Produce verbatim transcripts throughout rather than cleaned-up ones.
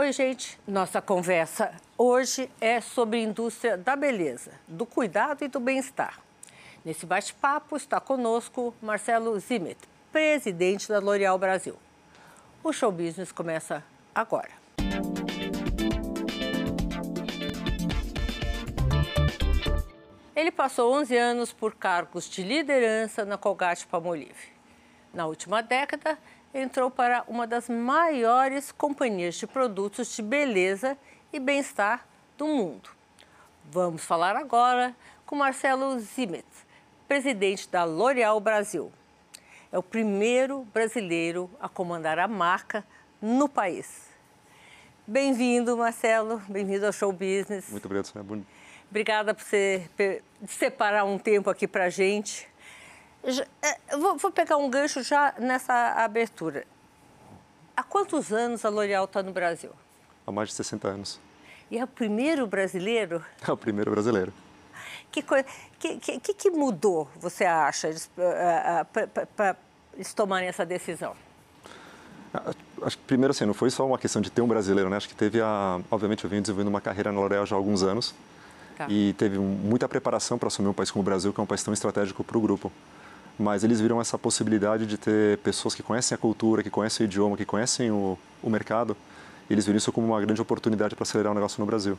Oi, gente. Nossa conversa hoje é sobre a indústria da beleza, do cuidado e do bem-estar. Nesse bate-papo está conosco Marcelo Zimmet, presidente da L'Oréal Brasil. O Show Business começa agora. Ele passou onze anos por cargos de liderança na Colgate-Palmolive. Na última década, entrou para uma das maiores companhias de produtos de beleza e bem-estar do mundo. Vamos falar agora com Marcelo Zimmet, presidente da L'Oréal Brasil. É o primeiro brasileiro a comandar a marca no país. Bem-vindo, Marcelo. Bem-vindo ao Show Business. Muito obrigado, Sônia Buni. Obrigada por você separar um tempo aqui para a gente. Vou, vou pegar um gancho já nessa abertura. Há quantos anos a L'Oréal está no Brasil? Há mais de sessenta anos. E é o primeiro brasileiro? É o primeiro brasileiro. Que coisa, que, que, que mudou, você acha, para eles tomarem essa decisão? Acho que primeiro, assim, não foi só uma questão de ter um brasileiro, né? Acho que teve a... Obviamente, eu venho desenvolvendo uma carreira na L'Oréal já há alguns anos. Tá. E teve muita preparação para assumir um país como o Brasil, que é um país tão estratégico para o grupo. Mas eles viram essa possibilidade de ter pessoas que conhecem a cultura, que conhecem o idioma, que conhecem o, o mercado. E eles viram isso como uma grande oportunidade para acelerar o negócio no Brasil.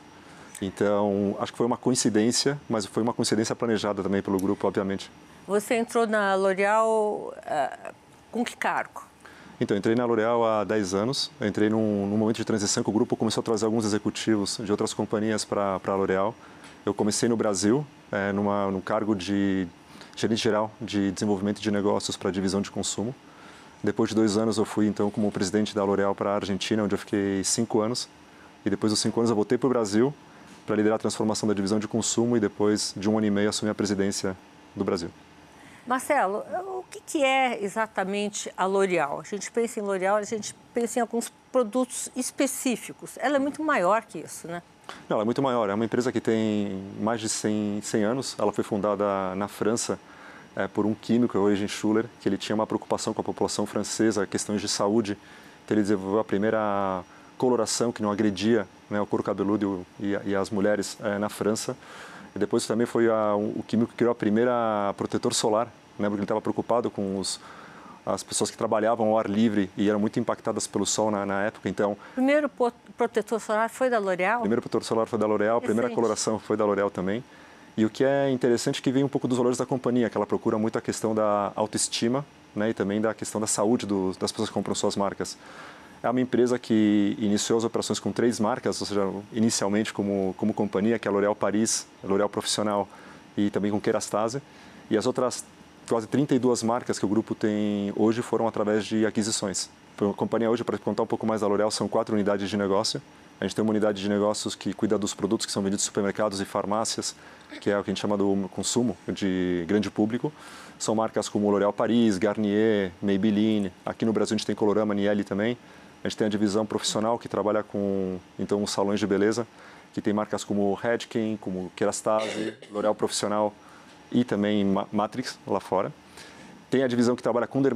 Então, acho que foi uma coincidência, mas foi uma coincidência planejada também pelo grupo, obviamente. Você entrou na L'Oréal uh, com que cargo? Então, eu entrei na L'Oréal há dez anos. Eu entrei num, num momento de transição que o grupo começou a trazer alguns executivos de outras companhias para a L'Oréal. Eu comecei no Brasil, é, numa, num cargo de gerente geral de desenvolvimento de negócios para a divisão de consumo. Depois de dois anos eu fui então como presidente da L'Oréal para a Argentina, onde eu fiquei cinco anos. E depois dos cinco anos eu voltei para o Brasil para liderar a transformação da divisão de consumo e depois de um ano e meio assumi a presidência do Brasil. Marcelo, o que é exatamente a L'Oréal? A gente pensa em L'Oréal, a gente pensa em alguns produtos específicos. Ela é muito maior que isso, né? Não, ela é muito maior. É uma empresa que tem mais de cem, cem anos. Ela foi fundada na França é, por um químico, o Eugène Schuller, que ele tinha uma preocupação com a população francesa, questões de saúde. Então ele desenvolveu a primeira coloração que não agredia, né, o couro cabeludo e, e as mulheres é, na França. E depois também foi a, o químico que criou a primeira protetor solar, né, porque ele estava preocupado com os... as pessoas que trabalhavam ao ar livre e eram muito impactadas pelo sol na, na época, então... O primeiro protetor solar foi da L'Oréal? O primeiro protetor solar foi da L'Oréal, a primeira coloração foi da L'Oréal também. E o que é interessante é que vem um pouco dos valores da companhia, que ela procura muito a questão da autoestima, né, e também da questão da saúde do, das pessoas que compram suas marcas. É uma empresa que iniciou as operações com três marcas, ou seja, inicialmente como, como companhia, que é a L'Oréal Paris, a L'Oréal Profissional e também com Kerastase. E as outras quase trinta e duas marcas que o grupo tem hoje foram através de aquisições. A companhia hoje, para contar um pouco mais da L'Oréal, são quatro unidades de negócio. A gente tem uma unidade de negócios que cuida dos produtos que são vendidos em supermercados e farmácias, que é o que a gente chama do consumo de grande público. São marcas como L'Oréal Paris, Garnier, Maybelline. Aqui no Brasil a gente tem Colorama, Niel também. A gente tem a divisão profissional que trabalha com então, os salões de beleza, que tem marcas como Redken, como Kerastase, L'Oréal Profissional e também Matrix lá fora. Tem a divisão que trabalha com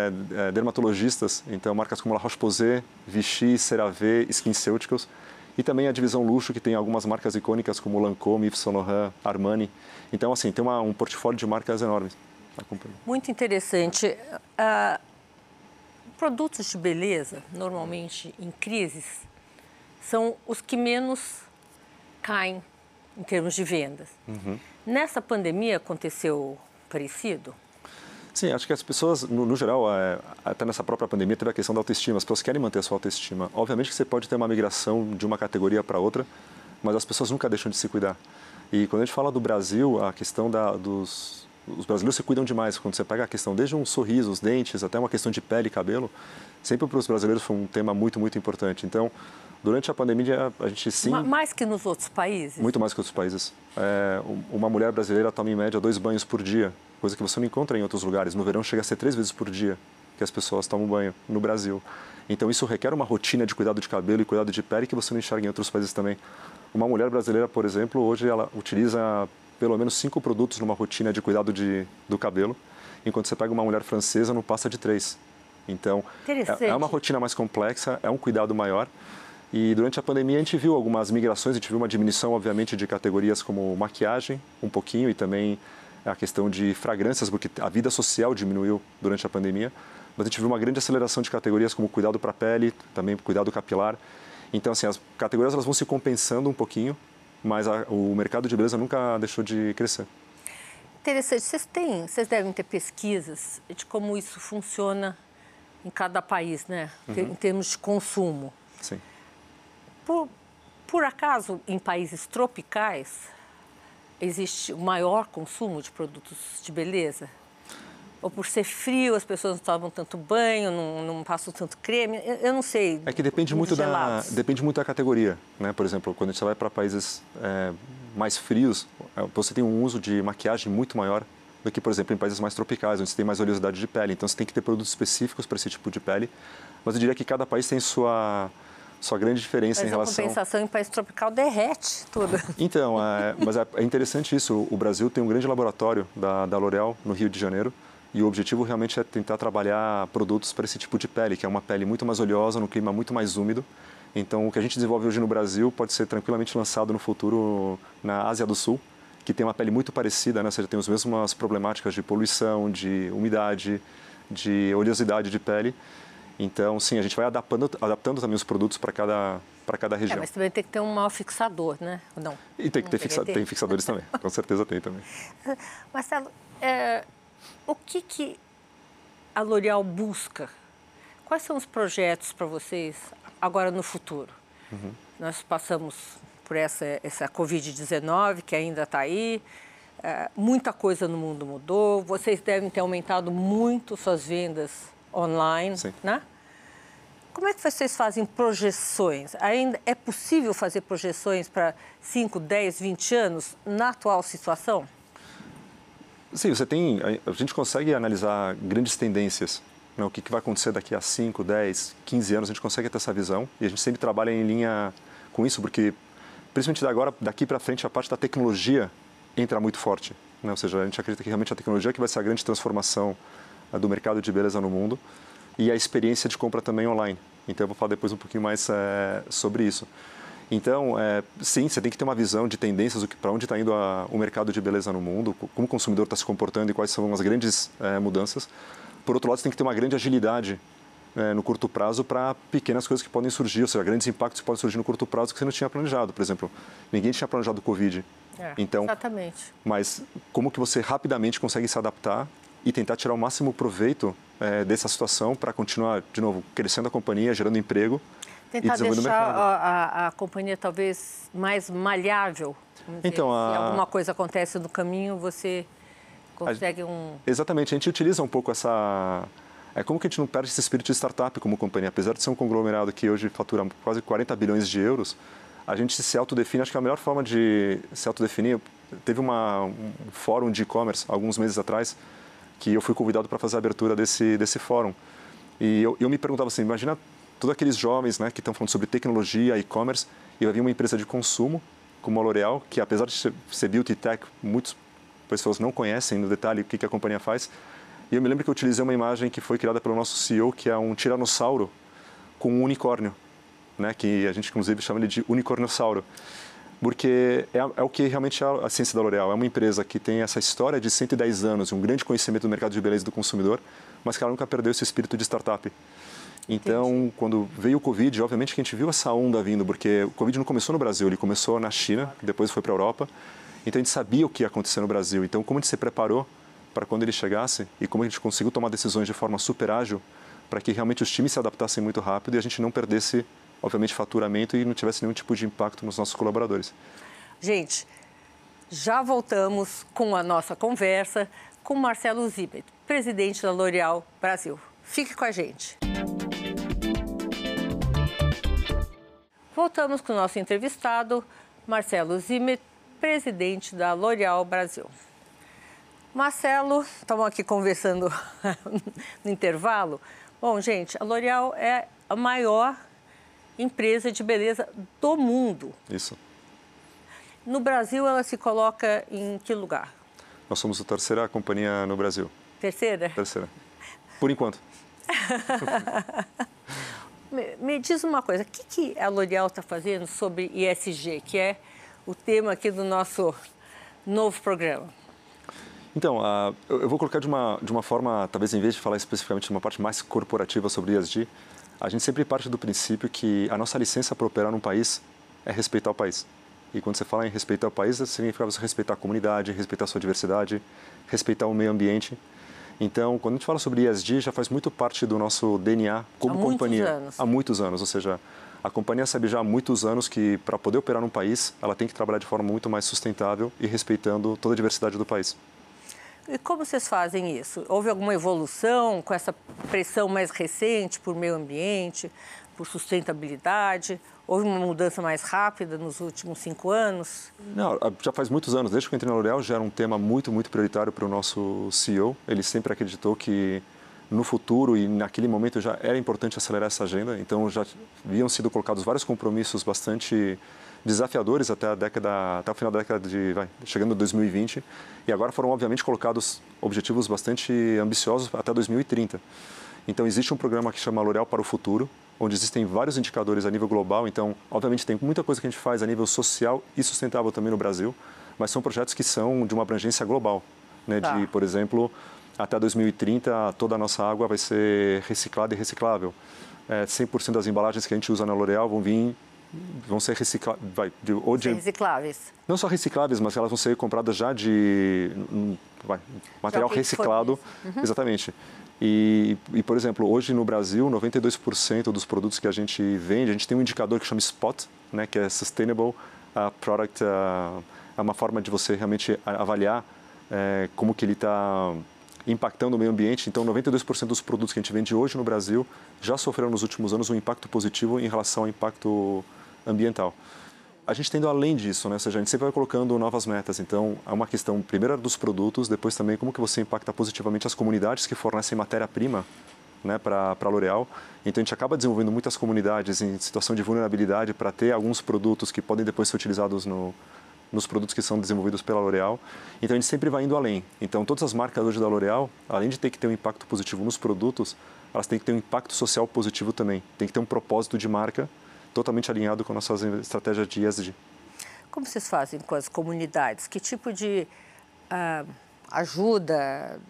é, dermatologistas, então marcas como La Roche-Posay, Vichy, CeraVe, SkinCeuticals. E também a divisão luxo, que tem algumas marcas icônicas como Lancôme, Yves Saint Laurent, Armani. Então, assim, tem uma, um portfólio de marcas enormes. Muito interessante. Uh, produtos de beleza, normalmente em crises, são os que menos caem em termos de vendas. Uhum. Nessa pandemia aconteceu parecido? Sim, acho que as pessoas, no, no geral, é, até nessa própria pandemia, teve a questão da autoestima. As pessoas querem manter a sua autoestima. Obviamente que você pode ter uma migração de uma categoria para outra, mas as pessoas nunca deixam de se cuidar. E quando a gente fala do Brasil, a questão da, dos... Os brasileiros se cuidam demais. Quando você pega a questão desde um sorriso, os dentes, até uma questão de pele e cabelo, sempre para os brasileiros foi um tema muito, muito importante. Então, durante a pandemia, a gente sim... Mais que nos outros países? Muito mais que outros países. É, uma mulher brasileira toma, em média, dois banhos por dia, coisa que você não encontra em outros lugares. No verão, chega a ser três vezes por dia que as pessoas tomam banho no Brasil. Então, isso requer uma rotina de cuidado de cabelo e cuidado de pele que você não enxerga em outros países também. Uma mulher brasileira, por exemplo, hoje ela utiliza pelo menos cinco produtos numa rotina de cuidado de, do cabelo, enquanto você pega uma mulher francesa, não passa de três. Então, é, é uma rotina mais complexa, é um cuidado maior. E durante a pandemia a gente viu algumas migrações, a gente viu uma diminuição, obviamente, de categorias como maquiagem, um pouquinho, e também a questão de fragrâncias, porque a vida social diminuiu durante a pandemia. Mas a gente viu uma grande aceleração de categorias como cuidado para a pele, também cuidado capilar. Então, assim, as categorias elas vão se compensando um pouquinho, mas a, o mercado de beleza nunca deixou de crescer. Interessante. Vocês têm, vocês devem ter pesquisas de como isso funciona em cada país, né? Uhum. Em termos de consumo. Sim. Por, por acaso, em países tropicais, existe o maior consumo de produtos de beleza? Ou por ser frio, as pessoas não tomam tanto banho, não, não passam tanto creme? Eu, eu não sei. É que depende muito, da, depende muito da categoria, né? Por exemplo, quando você vai para países é, mais frios, você tem um uso de maquiagem muito maior do que, por exemplo, em países mais tropicais, onde você tem mais oleosidade de pele. Então, você tem que ter produtos específicos para esse tipo de pele. Mas eu diria que cada país tem sua... Só grande diferença mas em relação... Mas a compensação em país tropical derrete tudo. Então, é, mas é, é interessante isso. O Brasil tem um grande laboratório da, da L'Oréal no Rio de Janeiro e o objetivo realmente é tentar trabalhar produtos para esse tipo de pele, que é uma pele muito mais oleosa, num clima muito mais úmido. Então, o que a gente desenvolve hoje no Brasil pode ser tranquilamente lançado no futuro na Ásia do Sul, que tem uma pele muito parecida, né? Ou seja, tem as mesmas problemáticas de poluição, de umidade, de oleosidade de pele. Então, sim, a gente vai adaptando, adaptando também os produtos para cada, para cada região. É, mas também tem que ter um mau fixador, né? Não. E tem que ter, fixa, tem fixadores também, com certeza tem também. Marcelo, é, o que, que a L'Oréal busca? Quais são os projetos para vocês agora no futuro? Uhum. Nós passamos por essa, essa covid dezenove, que ainda está aí, é, muita coisa no mundo mudou, vocês devem ter aumentado muito suas vendas online, Sim. Né? Como é que vocês fazem projeções? Ainda é possível fazer projeções para cinco, dez, vinte anos na atual situação? Sim, você tem, a gente consegue analisar grandes tendências, né? O que, que vai acontecer daqui a cinco, dez, quinze anos, a gente consegue ter essa visão e a gente sempre trabalha em linha com isso, porque principalmente agora, daqui para frente, a parte da tecnologia entra muito forte, né? Ou seja, a gente acredita que realmente a tecnologia que vai ser a grande transformação do mercado de beleza no mundo e a experiência de compra também online. Então, eu vou falar depois um pouquinho mais é, sobre isso. Então, é, sim, você tem que ter uma visão de tendências, para onde está indo a, o mercado de beleza no mundo, como o consumidor está se comportando e quais são as grandes é, mudanças. Por outro lado, você tem que ter uma grande agilidade é, no curto prazo para pequenas coisas que podem surgir, ou seja, grandes impactos que podem surgir no curto prazo que você não tinha planejado. Por exemplo, ninguém tinha planejado o Covid. É, então, exatamente. Mas como que você rapidamente consegue se adaptar e tentar tirar o máximo proveito é, dessa situação para continuar, de novo, crescendo a companhia, gerando emprego tentar e desenvolvendo deixar o mercado. A, a, a companhia talvez mais maleável. Então, dizer, a... Se alguma coisa acontece no caminho, você consegue um... Exatamente, a gente utiliza um pouco essa... É como que a gente não perde esse espírito de startup como companhia. Apesar de ser um conglomerado que hoje fatura quase quarenta bilhões de euros, a gente se autodefine, acho que a melhor forma de se autodefinir... Teve uma, um fórum de e-commerce, alguns meses atrás, que eu fui convidado para fazer a abertura desse, desse fórum. E eu, eu me perguntava assim, imagina todos aqueles jovens, né, que estão falando sobre tecnologia, e-commerce, e vai vir uma empresa de consumo, como a L'Oréal, que apesar de ser, ser beauty tech, muitas pessoas não conhecem no detalhe o que, que a companhia faz. E eu me lembro que eu utilizei uma imagem que foi criada pelo nosso C E O, que é um tiranossauro com um unicórnio, né, que a gente inclusive chama ele de unicorniossauro. Porque é, é o que realmente é a ciência da L'Oréal. É uma empresa que tem essa história de cento e dez anos, um grande conhecimento do mercado de beleza do consumidor, mas que ela nunca perdeu esse espírito de startup. Então, Entendi. Quando veio o Covid, obviamente que a gente viu essa onda vindo, porque o Covid não começou no Brasil, ele começou na China, depois foi para a Europa. Então, a gente sabia o que ia acontecer no Brasil. Então, como a gente se preparou para quando ele chegasse e como a gente conseguiu tomar decisões de forma super ágil para que realmente os times se adaptassem muito rápido e a gente não perdesse, obviamente, faturamento e não tivesse nenhum tipo de impacto nos nossos colaboradores. Gente, já voltamos com a nossa conversa com Marcelo Zimmet, presidente da L'Oréal Brasil. Fique com a gente. Voltamos com o nosso entrevistado, Marcelo Zimmet, presidente da L'Oréal Brasil. Marcelo, estamos aqui conversando no intervalo. Bom, gente, a L'Oréal é a maior empresa de beleza do mundo. Isso. No Brasil, ela se coloca em que lugar? Nós somos a terceira companhia no Brasil. Terceira? Terceira. Por enquanto. Me, me diz uma coisa, o que, que a L'Oréal está fazendo sobre I S G, que é o tema aqui do nosso novo programa? Então, uh, eu vou colocar de uma, de uma forma, talvez em vez de falar especificamente de uma parte mais corporativa sobre I S G, a gente sempre parte do princípio que a nossa licença para operar num país é respeitar o país. E quando você fala em respeitar o país, significa você respeitar a comunidade, respeitar a sua diversidade, respeitar o meio ambiente. Então, quando a gente fala sobre I S G, já faz muito parte do nosso D N A como há companhia. Muitos anos. Há muitos anos. Ou seja, a companhia sabe já há muitos anos que para poder operar num país, ela tem que trabalhar de forma muito mais sustentável e respeitando toda a diversidade do país. E como vocês fazem isso? Houve alguma evolução com essa pressão mais recente por meio ambiente, por sustentabilidade? Houve uma mudança mais rápida nos últimos cinco anos? Não, já faz muitos anos. Desde que eu entrei na L'Oréal, já era um tema muito, muito prioritário para o nosso C E O. Ele sempre acreditou que no futuro e naquele momento já era importante acelerar essa agenda. Então, já haviam sido colocados vários compromissos bastante desafiadores até a década, até o final da década de, vai, chegando a dois mil e vinte. E agora foram, obviamente, colocados objetivos bastante ambiciosos até dois mil e trinta. Então, existe um programa que chama L'Oréal para o Futuro, onde existem vários indicadores a nível global. Então, obviamente, tem muita coisa que a gente faz a nível social e sustentável também no Brasil, mas são projetos que são de uma abrangência global, né? Tá. De, por exemplo, até dois mil e trinta, toda a nossa água vai ser reciclada e reciclável. É, cem por cento das embalagens que a gente usa na L'Oréal vão vir vão ser recicláveis, vai, de, ou de, recicláveis. Não só recicláveis, mas elas vão ser compradas já de vai, material reciclado, uhum. Exatamente. E, e, por exemplo, hoje no Brasil, noventa e dois por cento dos produtos que a gente vende, a gente tem um indicador que chama SPOT, né, que é Sustainable uh, Product, uh, é uma forma de você realmente avaliar uh, como que ele está impactando o meio ambiente. Então, noventa e dois por cento dos produtos que a gente vende hoje no Brasil já sofreram nos últimos anos um impacto positivo em relação ao impacto ambiental. A gente está indo além disso, né? Ou seja, a gente sempre vai colocando novas metas. Então, é uma questão, primeiro, dos produtos, depois também como que você impacta positivamente as comunidades que fornecem matéria-prima, né, para a L'Oréal. Então, a gente acaba desenvolvendo muitas comunidades em situação de vulnerabilidade para ter alguns produtos que podem depois ser utilizados no, nos produtos que são desenvolvidos pela L'Oréal. Então, a gente sempre vai indo além. Então, todas as marcas hoje da L'Oréal, além de ter que ter um impacto positivo nos produtos, elas têm que ter um impacto social positivo também. Tem que ter um propósito de marca totalmente alinhado com a nossa estratégia de E S G. Como vocês fazem com as comunidades? Que tipo de uh, ajuda,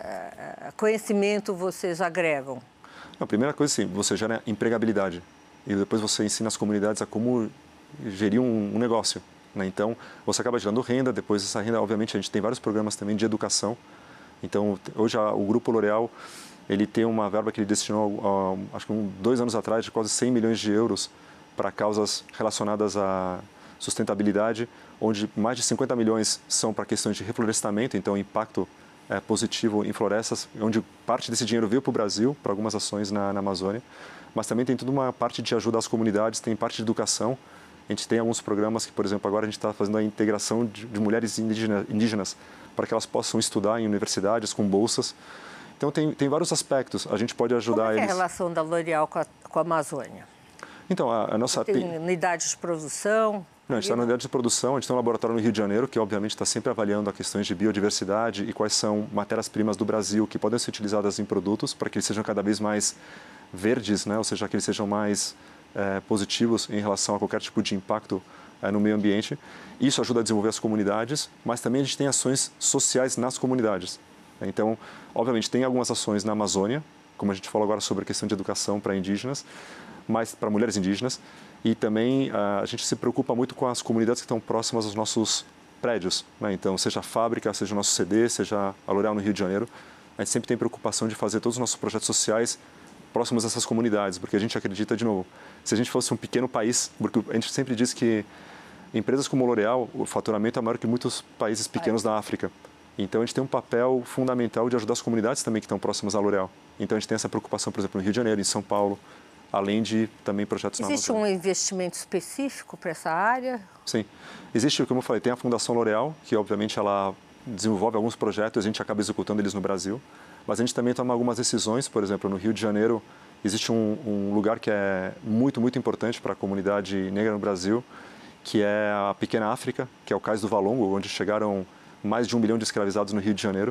uh, conhecimento vocês agregam? A primeira coisa, sim, você gera empregabilidade. E depois você ensina as comunidades a como gerir um, um negócio, né? Então, você acaba gerando renda. Depois essa renda, obviamente, a gente tem vários programas também de educação. Então, hoje a, o Grupo L'Oréal, ele tem uma verba que ele destinou, uh, acho que um, dois anos atrás, de quase cem milhões de euros para causas relacionadas à sustentabilidade, onde mais de cinquenta milhões são para questões de reflorestamento, então impacto é, positivo em florestas, onde parte desse dinheiro veio para o Brasil, para algumas ações na, na Amazônia, mas também tem toda uma parte de ajuda às comunidades, tem parte de educação. A gente tem alguns programas que, por exemplo, agora a gente está fazendo a integração de, de mulheres indígenas, indígenas para que elas possam estudar em universidades com bolsas. Então, tem, tem vários aspectos. A gente pode ajudar eles. Como é, eles... é a relação da L'Oréal com, com a Amazônia? Então, a, a nossa... Tem, tem unidade de produção? Não, a gente está na unidade de produção, a gente tem um laboratório no Rio de Janeiro, que obviamente está sempre avaliando as questões de biodiversidade e quais são matérias-primas do Brasil que podem ser utilizadas em produtos para que eles sejam cada vez mais verdes, né? Ou seja, que eles sejam mais é, positivos em relação a qualquer tipo de impacto é, no meio ambiente. Isso ajuda a desenvolver as comunidades, mas também a gente tem ações sociais nas comunidades. Então, obviamente, tem algumas ações na Amazônia, como a gente falou agora sobre a questão de educação para indígenas, mas para mulheres indígenas, e também uh, a gente se preocupa muito com as comunidades que estão próximas aos nossos prédios, né? Então, seja a fábrica, seja o nosso C D, seja a L'Oréal no Rio de Janeiro, a gente sempre tem preocupação de fazer todos os nossos projetos sociais próximos dessas comunidades, porque a gente acredita, de novo, se a gente fosse um pequeno país, porque a gente sempre diz que empresas como a L'Oréal, o faturamento é maior que muitos países pequenos da África. Então, a gente tem um papel fundamental de ajudar as comunidades também que estão próximas à L'Oréal. Então, a gente tem essa preocupação, por exemplo, no Rio de Janeiro, em São Paulo, além de também projetos na Existe um investimento específico para essa área? Sim. Existe, como eu falei, tem a Fundação L'Oréal, que obviamente ela desenvolve alguns projetos e a gente acaba executando eles no Brasil. Mas a gente também toma algumas decisões, por exemplo, no Rio de Janeiro existe um, um lugar que é muito, muito importante para a comunidade negra no Brasil, que é a Pequena África, que é o Cais do Valongo, onde chegaram mais de um milhão de escravizados no Rio de Janeiro.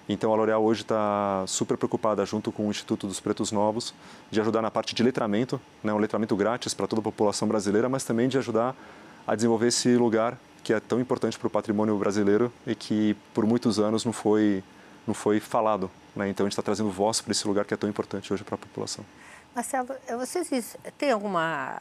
Então, a L'Oréal hoje está super preocupada, junto com o Instituto dos Pretos Novos, de ajudar na parte de letramento, né, um letramento grátis para toda a população brasileira, mas também de ajudar a desenvolver esse lugar que é tão importante para o patrimônio brasileiro e que, por muitos anos, não foi, não foi falado. Né? Então, a gente está trazendo voz para esse lugar que é tão importante hoje para a população. Marcelo, vocês têm alguma...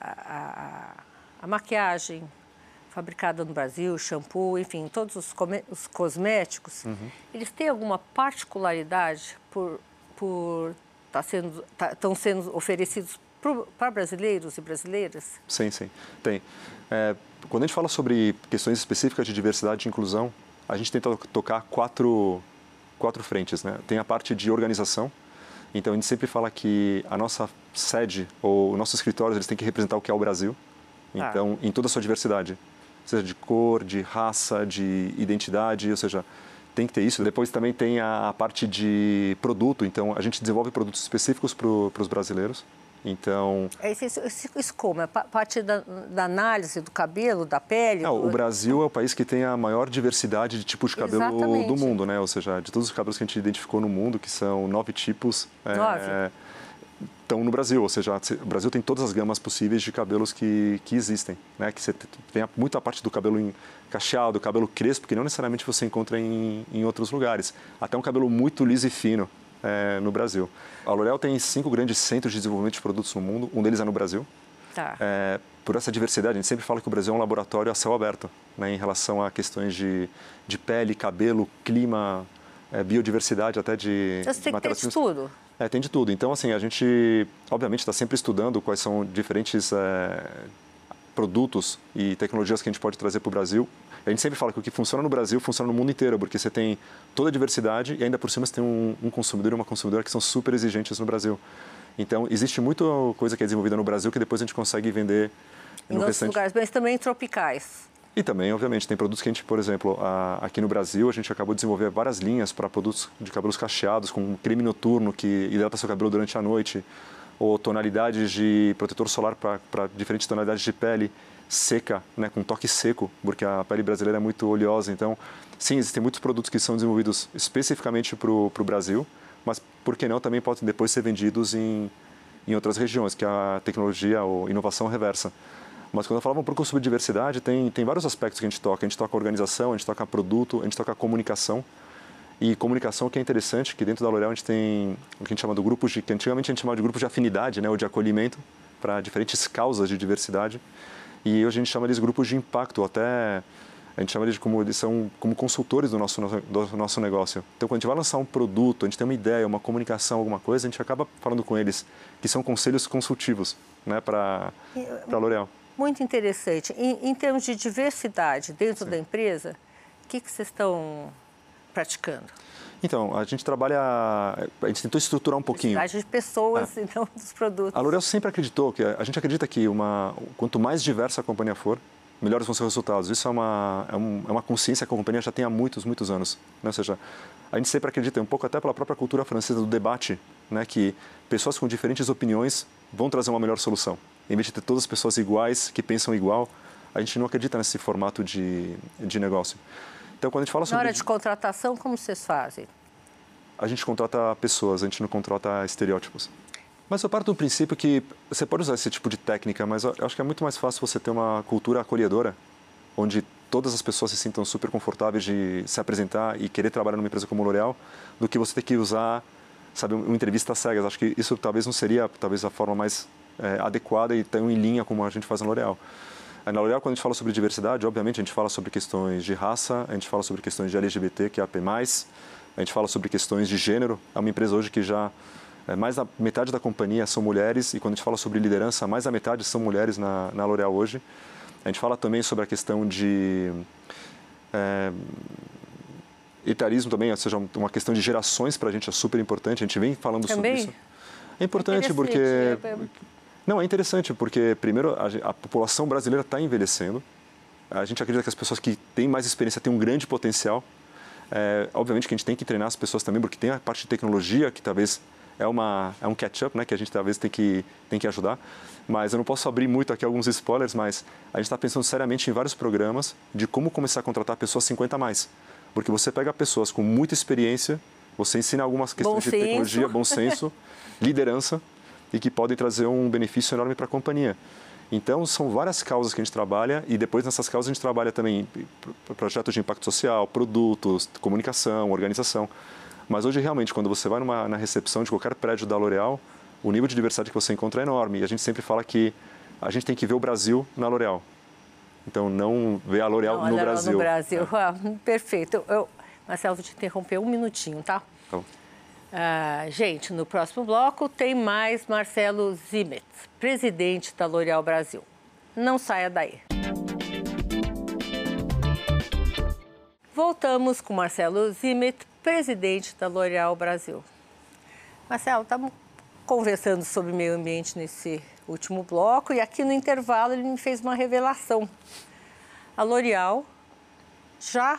A, a maquiagem fabricada no Brasil, shampoo, enfim, todos os, os cosméticos, uhum. eles têm alguma particularidade por por tá sendo tá, estão sendo oferecidos para brasileiros e brasileiras? Sim, sim, tem. É, quando a gente fala sobre questões específicas de diversidade e inclusão, a gente tenta tocar quatro quatro frentes, né? Tem a parte de organização. Então a gente sempre fala que a nossa sede ou nossos escritórios eles têm que representar o que é o Brasil. Então, ah. em toda a sua diversidade. Seja de cor, de raça, de identidade, ou seja, tem que ter isso. Depois também tem a parte de produto, então a gente desenvolve produtos específicos para os brasileiros. Então... Isso, isso, isso como? A parte da, da análise do cabelo, da pele? Não, do... O Brasil é o país que tem a maior diversidade de tipos de cabelo Exatamente. do mundo, né? Ou seja, de todos os cabelos que a gente identificou no mundo, que são nove tipos... Nove? É, estão no Brasil, ou seja, o Brasil tem todas as gamas possíveis de cabelos que, que existem, né? Que você tem muita parte do cabelo cacheado, do cabelo crespo, que não necessariamente você encontra em, em outros lugares. Até um cabelo muito liso e fino é, no Brasil. A L'Oréal tem cinco grandes centros de desenvolvimento de produtos no mundo, um deles é no Brasil. Tá. É, por essa diversidade, a gente sempre fala que o Brasil é um laboratório a céu aberto, né? Em relação a questões de, de pele, cabelo, clima, é, biodiversidade, até de... Então você tem que ter de tudo. É, tem de tudo. Então, assim, a gente, obviamente, está sempre estudando quais são diferentes é, produtos e tecnologias que a gente pode trazer para o Brasil. A gente sempre fala que o que funciona no Brasil funciona no mundo inteiro, porque você tem toda a diversidade e ainda por cima você tem um, um consumidor e uma consumidora que são super exigentes no Brasil. Então, existe muita coisa que é desenvolvida no Brasil que depois a gente consegue vender em no outros restante... lugares, mas também tropicais. E também, obviamente, tem produtos que a gente, por exemplo, a, aqui no Brasil, a gente acabou de desenvolver várias linhas para produtos de cabelos cacheados, com creme noturno que hidrata seu cabelo durante a noite, ou tonalidades de protetor solar para diferentes tonalidades de pele seca, né, com toque seco, porque a pele brasileira é muito oleosa. Então, sim, existem muitos produtos que são desenvolvidos especificamente para o Brasil, mas, por que não, também podem depois ser vendidos em, em outras regiões, que é a tecnologia ou inovação reversa. Mas quando eu falava um pouco sobre diversidade, tem, tem vários aspectos que a gente toca. A gente toca a organização, a gente toca produto, a gente toca a comunicação. E comunicação que é interessante, que dentro da L'Oréal a gente tem o que a gente chama de grupos de... que antigamente a gente chamava de grupos de afinidade, né, ou de acolhimento, para diferentes causas de diversidade. E hoje a gente chama eles grupos de impacto, até... A gente chama eles de como, eles são como consultores do nosso, do nosso negócio. Então, quando a gente vai lançar um produto, a gente tem uma ideia, uma comunicação, alguma coisa, a gente acaba falando com eles, que são conselhos consultivos, né, para a L'Oréal. Muito interessante. Em, em termos de diversidade dentro Sim. da empresa, o que, que vocês estão praticando? Então, a gente trabalha... A gente tentou estruturar um pouquinho. Diversidade de pessoas é. e não dos produtos. A L'Oréal sempre acreditou que... A gente acredita que uma, quanto mais diversa a companhia for, melhores vão ser os resultados. Isso é uma, é, um, é uma consciência que a companhia já tem há muitos, muitos anos. Né? Ou seja, a gente sempre acredita, um pouco até pela própria cultura francesa do debate, né? Que pessoas com diferentes opiniões vão trazer uma melhor solução. Em vez de ter todas as pessoas iguais, que pensam igual, a gente não acredita nesse formato de, de negócio. Então, quando a gente fala sobre... Na hora de contratação, como vocês fazem? A gente contrata pessoas, a gente não contrata estereótipos. Mas eu parto do princípio que você pode usar esse tipo de técnica, mas eu acho que é muito mais fácil você ter uma cultura acolhedora, onde todas as pessoas se sintam super confortáveis de se apresentar e querer trabalhar numa empresa como L'Oréal, do que você ter que usar, sabe, uma entrevista às cegas. Acho que isso talvez não seria talvez a forma mais é, adequada e tão em linha como a gente faz na L'Oréal. Na L'Oréal, quando a gente fala sobre diversidade, obviamente a gente fala sobre questões de raça, a gente fala sobre questões de L G B T, que é a P mais, a gente fala sobre questões de gênero. É uma empresa hoje que já é, mais da metade da companhia são mulheres, e quando a gente fala sobre liderança, mais da metade são mulheres na, na L'Oréal hoje. A gente fala também sobre a questão de é, etarismo também, ou seja, uma questão de gerações para a gente é super importante. A gente vem falando também? sobre isso. É importante porque... Não, é interessante porque, primeiro, a, a população brasileira está envelhecendo. A gente acredita que as pessoas que têm mais experiência têm um grande potencial. É, obviamente que a gente tem que treinar as pessoas também, porque tem a parte de tecnologia que talvez é, uma, é um catch-up, né, que a gente talvez tem que, tem que ajudar. Mas eu não posso abrir muito aqui alguns spoilers, mas a gente está pensando seriamente em vários programas de como começar a contratar pessoas cinquenta a mais. Porque você pega pessoas com muita experiência Você ensina algumas questões Bom de senso. tecnologia, bom senso, liderança, e que podem trazer um benefício enorme para a companhia. Então, são várias causas que a gente trabalha e depois nessas causas a gente trabalha também projetos de impacto social, produtos, comunicação, organização. Mas hoje, realmente, quando você vai numa, na recepção de qualquer prédio da L'Oréal, o nível de diversidade que você encontra é enorme. E a gente sempre fala que a gente tem que ver o Brasil na L'Oréal. Então, não ver a L'Oréal no L'Oréal Brasil. no Brasil. É. Ah, perfeito. Eu, Marcelo, vou te interromper um minutinho, tá? Tá bom. Ah, gente, no próximo bloco tem mais Marcelo Zimmet, presidente da L'Oréal Brasil. Não saia daí. Voltamos com Marcelo Zimmet, presidente da L'Oréal Brasil. Marcelo, estamos conversando sobre meio ambiente nesse último bloco e aqui no intervalo ele me fez uma revelação. A L'Oréal já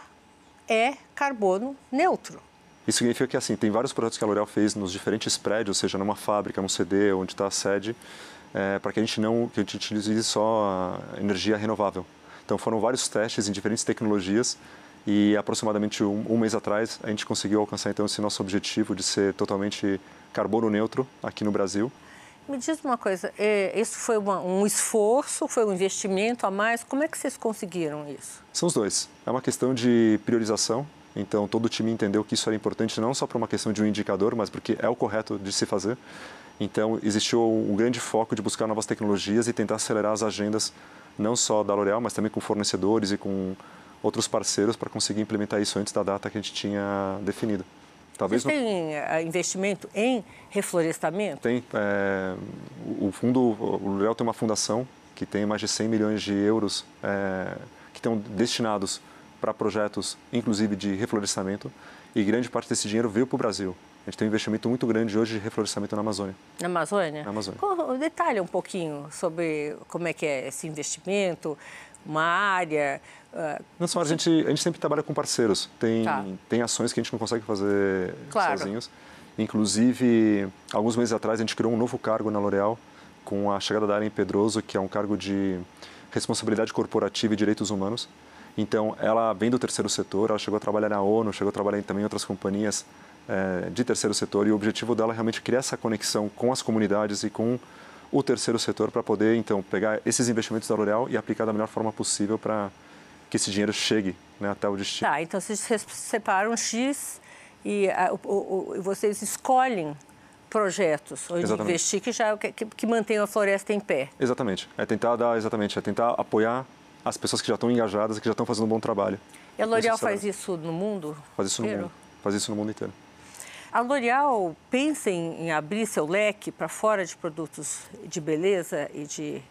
é carbono neutro. Isso significa que assim, tem vários projetos que a L'Oréal fez nos diferentes prédios, seja numa fábrica, num C D, onde está a sede, é, para que a gente não que a gente utilize só a energia renovável. Então foram vários testes em diferentes tecnologias e aproximadamente um, um mês atrás a gente conseguiu alcançar então esse nosso objetivo de ser totalmente carbono neutro aqui no Brasil. Me diz uma coisa, é, isso foi uma, um esforço, foi um investimento a mais? Como é que vocês conseguiram isso? São os dois. É uma questão de priorização. Então, todo o time entendeu que isso era importante não só para uma questão de um indicador, mas porque é o correto de se fazer. Então, existiu um grande foco de buscar novas tecnologias e tentar acelerar as agendas, não só da L'Oréal, mas também com fornecedores e com outros parceiros para conseguir implementar isso antes da data que a gente tinha definido. Talvez Vocês têm no... investimento em reflorestamento? Tem. É, o fundo, o L'Oréal tem uma fundação que tem mais de cem milhões de euros é, que estão destinados para projetos, inclusive de reflorestamento, e grande parte desse dinheiro veio para o Brasil. A gente tem um investimento muito grande hoje de reflorestamento na Amazônia. Na Amazônia? Na Amazônia. Detalhe um pouquinho sobre como é que é esse investimento, uma área... Uh... Não, só, a, gente, a gente sempre trabalha com parceiros. Tem, tá. tem ações que a gente não consegue fazer claro. sozinhos. Inclusive, alguns meses atrás, a gente criou um novo cargo na L'Oréal, com a chegada da Aren Pedroso, que é um cargo de responsabilidade corporativa e direitos humanos. Então, ela vem do terceiro setor, ela chegou a trabalhar na ONU, chegou a trabalhar também em outras companhias é, de terceiro setor, e o objetivo dela é realmente criar essa conexão com as comunidades e com o terceiro setor para poder, então, pegar esses investimentos da L'Oréal e aplicar da melhor forma possível para que esse dinheiro chegue, né, até o destino. Tá, então vocês separam X e a, o, o, vocês escolhem projetos onde exatamente. investir que, já, que, que mantenham a floresta em pé. Exatamente. É tentar dar, exatamente, é tentar apoiar as pessoas que já estão engajadas e que já estão fazendo um bom trabalho. E a L'Oréal faz isso no mundo Faz isso inteiro? no mundo. Faz isso no mundo inteiro. A L'Oréal pensa em, em abrir seu leque para fora de produtos de beleza e de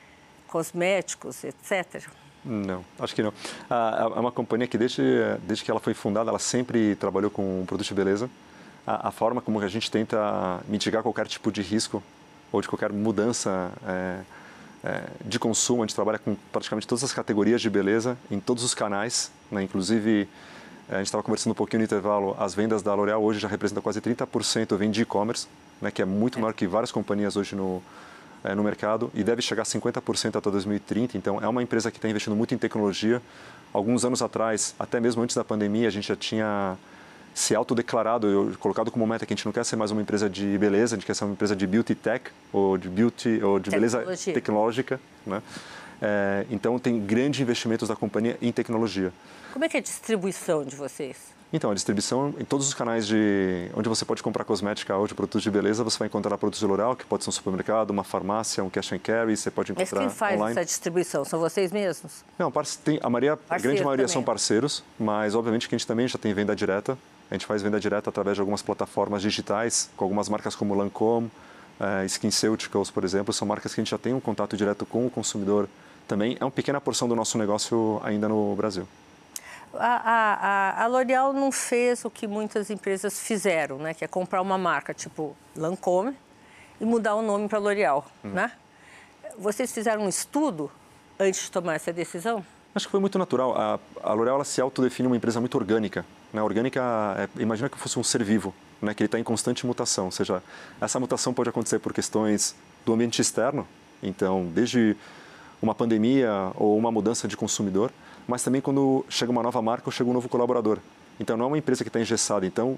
cosméticos, etcétera? Não, acho que não. É uma companhia que desde, desde que ela foi fundada, ela sempre trabalhou com produtos de beleza. A, a forma como a gente tenta mitigar qualquer tipo de risco ou de qualquer mudança é, é, de consumo, a gente trabalha com praticamente todas as categorias de beleza, em todos os canais, né? Inclusive, a gente estava conversando um pouquinho no intervalo, as vendas da L'Oréal hoje já representam quase trinta por cento vem de e-commerce, né? Que é muito maior que várias companhias hoje no, é, no mercado, e deve chegar a cinquenta por cento até dois mil e trinta, então é uma empresa que está investindo muito em tecnologia. Alguns anos atrás, até mesmo antes da pandemia, a gente já tinha se autodeclarado, eu, colocado como meta que a gente não quer ser mais uma empresa de beleza, a gente quer ser uma empresa de beauty tech, ou de beauty, ou de beleza tecnológica, né? É, então tem grandes investimentos da companhia em tecnologia. Como é que é a distribuição de vocês? Então, a distribuição em todos os canais de onde você pode comprar cosmética ou de produtos de beleza, você vai encontrar produtos de L'Oréal, que pode ser um supermercado, uma farmácia, um cash and carry, você pode encontrar online. Mas quem faz online. Essa distribuição? São vocês mesmos? Não, tem, a, maioria, a grande maioria também. São parceiros, mas obviamente que a gente também já tem venda direta. A gente faz venda direta através de algumas plataformas digitais, com algumas marcas como Lancôme, uh, SkinCeuticals, por exemplo, são marcas que a gente já tem um contato direto com o consumidor também. É uma pequena porção do nosso negócio ainda no Brasil. A, a, a L'Oréal não fez o que muitas empresas fizeram, né? Que é comprar uma marca tipo Lancôme e mudar o nome para L'Oréal, uhum. né? Vocês fizeram um estudo antes de tomar essa decisão? Acho que foi muito natural. A, a L'Oréal se autodefine uma empresa muito orgânica. Né? Orgânica, é, imagina que fosse um ser vivo, né? Que ele está em constante mutação. Ou seja, essa mutação pode acontecer por questões do ambiente externo, então, desde uma pandemia ou uma mudança de consumidor, mas também quando chega uma nova marca ou chega um novo colaborador. Então, não é uma empresa que está engessada. Então,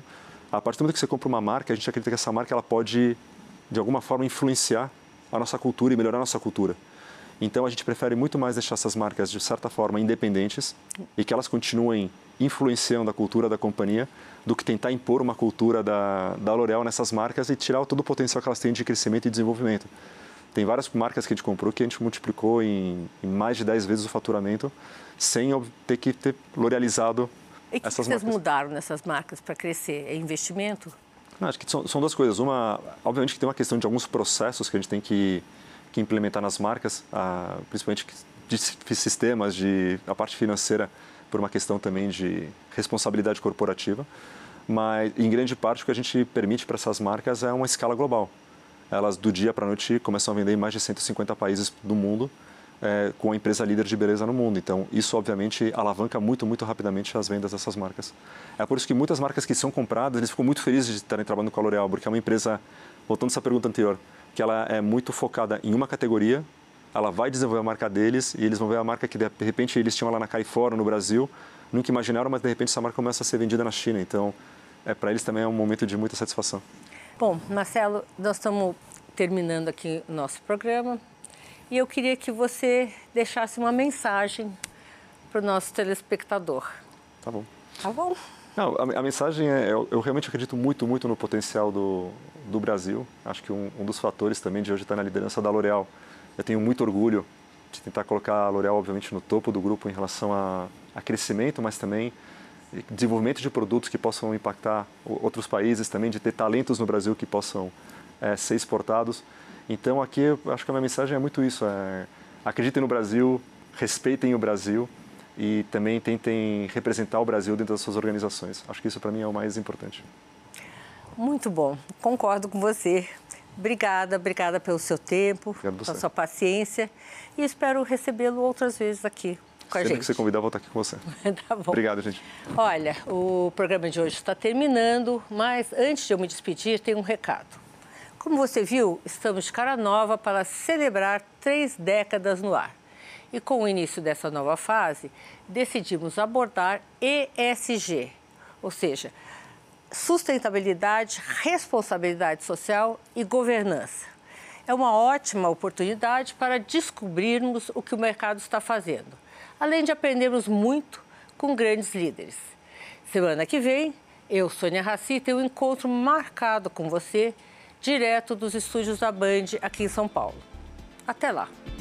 A partir do momento que você compra uma marca, a gente acredita que essa marca ela pode, de alguma forma, influenciar a nossa cultura e melhorar a nossa cultura. Então, a gente prefere muito mais deixar essas marcas, de certa forma, independentes e que elas continuem influenciando a cultura da companhia do que tentar impor uma cultura da, da L'Oréal nessas marcas e tirar todo o potencial que elas têm de crescimento e desenvolvimento. Tem várias marcas que a gente comprou que a gente multiplicou em, em mais de dez vezes o faturamento sem ter que ter l'orealizado e que essas que vocês marcas. mudaram nessas marcas para crescer? É investimento? Não, acho que são, são duas coisas. Uma, obviamente que tem uma questão de alguns processos que a gente tem que, que implementar nas marcas, ah, principalmente de sistemas, de a parte financeira, por uma questão também de responsabilidade corporativa. Mas, em grande parte, o que a gente permite para essas marcas é uma escala global. Elas, do dia para a noite, começam a vender em mais de cento e cinquenta países do mundo, é, com a empresa líder de beleza no mundo. Então, isso, obviamente, alavanca muito, muito rapidamente as vendas dessas marcas. É por isso que muitas marcas que são compradas, eles ficam muito felizes de estarem trabalhando com a L'Oréal, porque é uma empresa, voltando a essa pergunta anterior, que ela é muito focada em uma categoria, ela vai desenvolver a marca deles e eles vão ver a marca que, de repente, eles tinham lá na Califórnia, no Brasil, nunca imaginaram, mas, de repente, essa marca começa a ser vendida na China. Então, é, para eles também é um momento de muita satisfação. Bom, Marcelo, nós estamos terminando aqui o nosso programa e eu queria que você deixasse uma mensagem para o nosso telespectador. Tá bom. Tá bom? Não, a, a mensagem é, eu, eu realmente acredito muito, muito no potencial do, do Brasil. Acho que um, um dos fatores também de hoje estar na liderança da L'Oréal. Eu tenho muito orgulho de tentar colocar a L'Oréal, obviamente, no topo do grupo em relação a, a crescimento, mas também desenvolvimento de produtos que possam impactar outros países, também de ter talentos no Brasil que possam é, ser exportados. Então, aqui, eu acho que a minha mensagem é muito isso. É, acreditem no Brasil, respeitem o Brasil e também tentem representar o Brasil dentro das suas organizações. Acho que isso, para mim, é o mais importante. Muito bom. Concordo com você. Obrigada, obrigada pelo seu tempo, pela sua paciência e espero recebê-lo outras vezes aqui. Com a Sempre gente. que você convidar, eu vou estar aqui com você. Tá bom. Obrigado, gente. Olha, o programa de hoje está terminando, mas antes de eu me despedir, tem um recado. Como você viu, estamos de cara nova para celebrar três décadas no ar. E com o início dessa nova fase, decidimos abordar E S G, ou seja, sustentabilidade, responsabilidade social e governança. É uma ótima oportunidade para descobrirmos o que o mercado está fazendo, além de aprendermos muito com grandes líderes. Semana que vem, eu, Sônia Raci, tenho um encontro marcado com você, direto dos estúdios da Band aqui em São Paulo. Até lá!